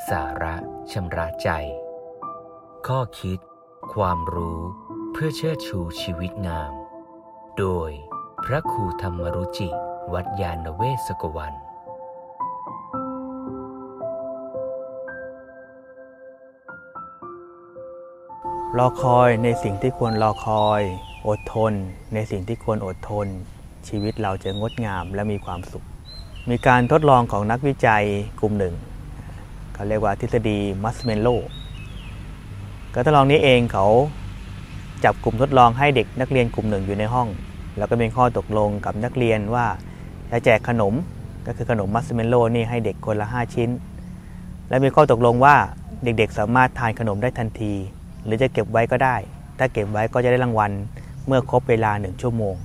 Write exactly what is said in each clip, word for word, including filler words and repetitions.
สาระชำระใจข้อคิดความรู้เพื่อเชิดชูชีวิตงามโดยพระครูธรรมรุจิวัดยานเวศกวันรอคอยในสิ่งที่ควรรอคอยอดทนในสิ่งที่ควรอดทนชีวิตเราจะงดงามและมีความสุขมีการทดลองของนักวิจัยกลุ่มหนึ่งเขาเรียกว่าทฤษฎีมัสเมโลการทดลองนี้เองเขาจับกลุ่มทดลองให้เด็กนักเรียนกลุ่มหนึ่งอยู่ในห้องแล้วก็มีข้อตกลงกับนักเรียนว่าจะแจกขนมก็คือขนมมัสเมโลนี่ให้เด็กคนละห้าชิ้นและมีข้อตกลงว่าเด็กๆสามารถทานขนมได้ทันทีหรือจะเก็บไว้ก็ได้ถ้าเก็บไว้ก็จะได้รางวัลเมื่อครบเวลาหนึ่งชั่วโมง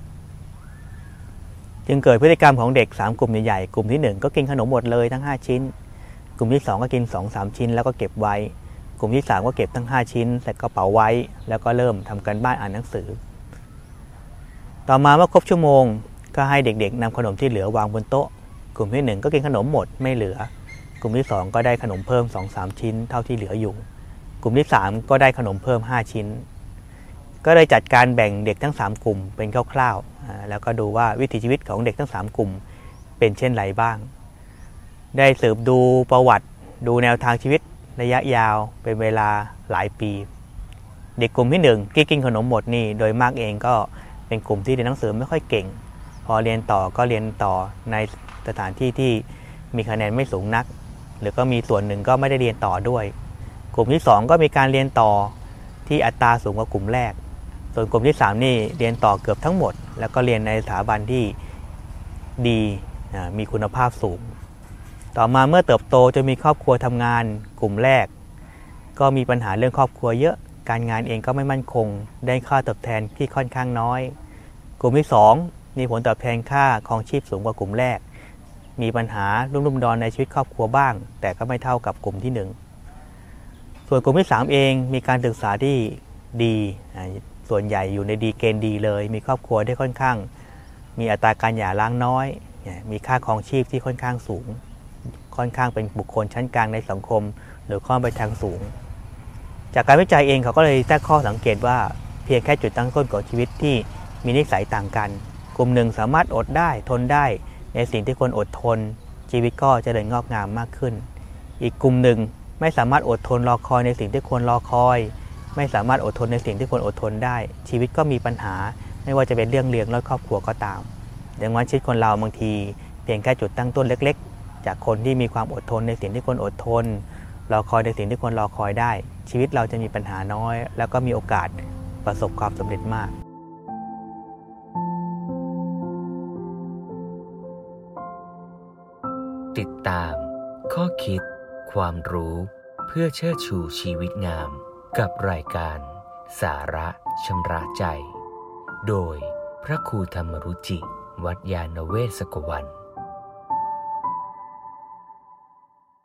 จึงเกิดพฤติกรรมของเด็กสามกลุ่มใหญ่ๆกลุ่มที่หนึ่งก็กินขนมหมดเลยทั้งห้าชิ้นกลุ่มที่สองก็กิน สองถึงสาม ชิ้นแล้วก็เก็บไว้กลุ่มที่สามก็เก็บทั้งห้าชิ้นใส่กระเป๋าไว้แล้วก็เริ่มทำการบ้านอ่านหนังสือต่อมาเมื่อครบชั่วโมงก็ให้เด็กๆนำขนมที่เหลือวางบนโต๊ะกลุ่มที่หนึ่งก็กินขนมหมดไม่เหลือกลุ่มที่สองก็ได้ขนมเพิ่ม สองถึงสาม ชิ้นเท่าที่เหลืออยู่กลุ่มที่สามก็ได้ขนมเพิ่มห้าชิ้นก็เลยจัดการแบ่งเด็กทั้งสามกลุ่มเป็นคร่าวๆแล้วก็ดูว่าวิถีชีวิตของเด็กทั้งสามกลุ่มเป็นเช่นไรบ้างได้สืบดูประวัติดูแนวทางชีวิตระยะยาวเป็นเวลาหลายปีเด็กกลุ่มที่หนึ่งที่กินขนมหมดนี่โดยมากเองก็เป็นกลุ่มที่เรียนหนังสือไม่ค่อยเก่งพอเรียนต่อก็เรียนต่อในสถานที่ที่มีคะแนนไม่สูงนักหรือก็มีส่วนหนึ่งก็ไม่ได้เรียนต่อด้วยกลุ่มที่สองก็มีการเรียนต่อที่อัตราสูงกว่ากลุ่มแรกส่วนกลุ่มที่สามนี่เรียนต่อเกือบทั้งหมดแล้วก็เรียนในสถาบันที่ดีมีคุณภาพสูงต่อมาเมื่อเติบโตจนมีครอบครัวทำงานกลุ่มแรกก็มีปัญหาเรื่องครอบครัวเยอะการงานเองก็ไม่มั่นคงได้ค่าตอบแทนที่ค่อนข้างน้อยกลุ่มที่สองมีผลตอบแทนค่าครองชีพสูงกว่ากลุ่มแรกมีปัญหารุ่มรุ่มดอนในชีวิตครอบครัวบ้างแต่ก็ไม่เท่ากับกลุ่มที่หนึ่งส่วนกลุ่มที่สามเองมีการศึกษาที่ดีส่วนใหญ่อยู่ในดีเกณฑ์ดีเลยมีครอบครัวได้ค่อนข้างมีอัตราการหย่าร้างน้อยมีค่าครองชีพที่ค่อนข้างสูงค่อนข้างเป็นบุคคลชั้นกลางในสังคมหรือค่อนไปทางสูงจากการวิจัยเองเขาก็เลยตั้งข้อสังเกตว่าเพียงแค่จุดตั้งต้นของชีวิตที่มีนิสัยต่างกันกลุ่มหนึ่งสามารถอดได้ทนได้ในสิ่งที่ควรอดทนชีวิตก็จะเจริญงอกงามมากขึ้นอีกกลุ่มหนึ่งไม่สามารถอดทนรอคอยในสิ่งที่ควรรอคอยไม่สามารถอดทนในสิ่งที่ควรอดทนได้ชีวิตก็มีปัญหาไม่ว่าจะเป็นเรื่องเลี้ยงและครอบครัวก็ตามดังนั้นชีวิตคนเราบางทีเพียงแค่จุดตั้งต้นเล็กๆจากคนที่มีความอดทนในสิ่งที่ควรอดทนรอคอยในสิ่งที่ควรรอคอยได้ชีวิตเราจะมีปัญหาน้อยแล้วก็มีโอกาสประสบความสำเร็จมากติดตามข้อคิดความรู้เพื่อเชิดชูชีวิตงามกับรายการสาระชำระใจโดยพระครูธรรมรุจิวัดยานเวศกวัน